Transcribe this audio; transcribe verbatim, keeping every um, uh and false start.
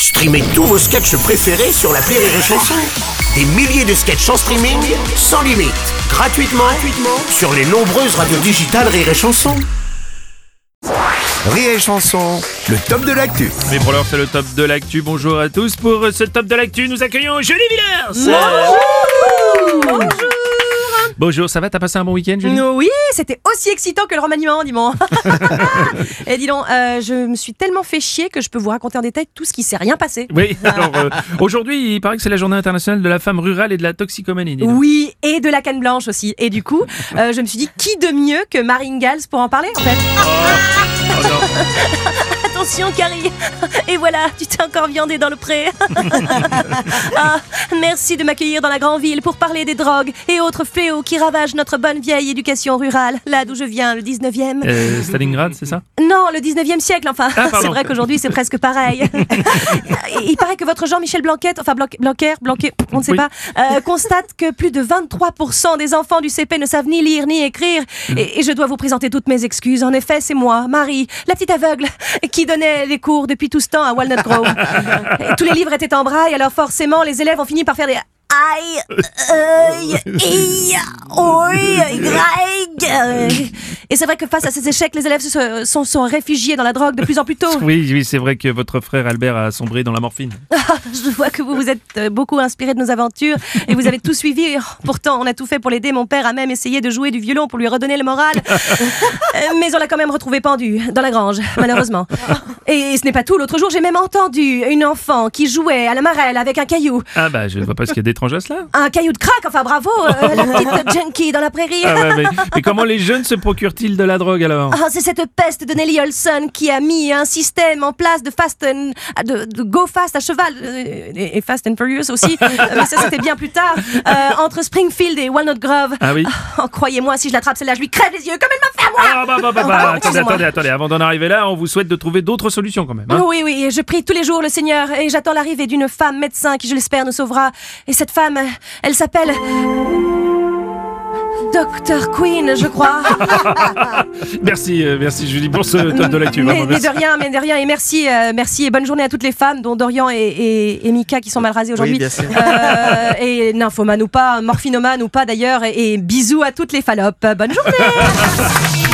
Streamez tous vos sketchs préférés sur l'appli Rire et Chanson. Des milliers de sketchs en streaming, sans limite, gratuitement, gratuitement sur les nombreuses radios digitales Rire et Chanson. Rire et Chanson, le top de l'actu. Mais pour l'heure, c'est le top de l'actu. Bonjour à tous. Pour ce top de l'actu, nous accueillons Julie Villers. Bonjour. Bonjour. Bonjour, ça va? T'as passé un bon week-end, Julie? Oui, c'était aussi excitant que le remaniement, dis-moi. Et dis donc, euh, je me suis tellement fait chier que je peux vous raconter en détail tout ce qui s'est rien passé. Oui, alors euh, aujourd'hui, il paraît que c'est la journée internationale de la femme rurale et de la toxicomanie. Dis donc. Oui, et de la canne blanche aussi. Et du coup, euh, je me suis dit, qui de mieux que Marie Ingalls pour en parler, en fait? Oh, oh non. Attention, Carrie. Et voilà, tu t'es encore viandée dans le pré. Ah, merci de m'accueillir dans la grande ville pour parler des drogues et autres fléaux qui ravagent notre bonne vieille éducation rurale, là d'où je viens, le dix-neuvième. Euh, Stalingrad, c'est ça? Non, le dix-neuvième siècle, enfin. Ah, c'est vrai qu'aujourd'hui, c'est presque pareil. Il paraît que votre Jean-Michel Blanquet, enfin Blanc- Blanquer, Blanquet, on ne sait Oui. pas, euh, constate que plus de vingt-trois pour cent des enfants du C P ne savent ni lire ni écrire. Et, et je dois vous présenter toutes mes excuses. En effet, c'est moi, Marie, la petite aveugle, qui donnait les cours depuis tout ce temps à Walnut Grove. Et tous les livres étaient en braille, alors forcément, les élèves ont fini par faire des... Aïe, aïe, aïe, aïe, greg. Et c'est vrai que face à ces échecs, les élèves se sont, sont réfugiés dans la drogue de plus en plus tôt. Oui, oui, c'est vrai que votre frère Albert a sombré dans la morphine. Je vois que vous vous êtes beaucoup inspiré de nos aventures et vous avez tout suivi. Pourtant, on a tout fait pour l'aider. Mon père a même essayé de jouer du violon pour lui redonner le moral. Mais on l'a quand même retrouvé pendu dans la grange, malheureusement. Et ce n'est pas tout. L'autre jour, j'ai même entendu une enfant qui jouait à la marelle avec un caillou. Ah bah, je ne vois pas ce qu'il y a d'étrange à cela. Un caillou de crack, enfin bravo, euh, la petite junkie dans la prairie. Ah ouais, mais, mais comment les jeunes se procurent-ils de la drogue alors? Ah, c'est cette peste de Nelly Olson qui a mis un système en place de fast and, de, de go fast à cheval euh, et, et fast and furious aussi. Euh, mais ça c'était bien plus tard euh, entre Springfield et Walnut Grove. Ah oui. Oh, croyez-moi, si je l'attrape celle-là, je lui crève les yeux comme elle m'a fait à moi. Ah bah bah bah, Oh, bah pardon, attendez, excusez-moi. attendez, attendez, avant d'en arriver là, on vous souhaite de trouver d'autres solutions quand même. Hein. Oui, oui, je prie tous les jours le Seigneur et j'attends l'arrivée d'une femme médecin qui, je l'espère, nous sauvera. Et cette femme, elle s'appelle... Docteur Queen, je crois. Merci, euh, merci Julie pour ce top de l'actu. Mais, Vraiment, mais merci. de rien, mais de rien. Et merci, euh, merci et bonne journée à toutes les femmes, dont Dorian et, et, et Mika qui sont mal rasées aujourd'hui. Oui, bien sûr. Euh, et nymphomanes ou pas, morphinomane ou pas d'ailleurs. Et, et bisous à toutes les falopes. Bonne journée.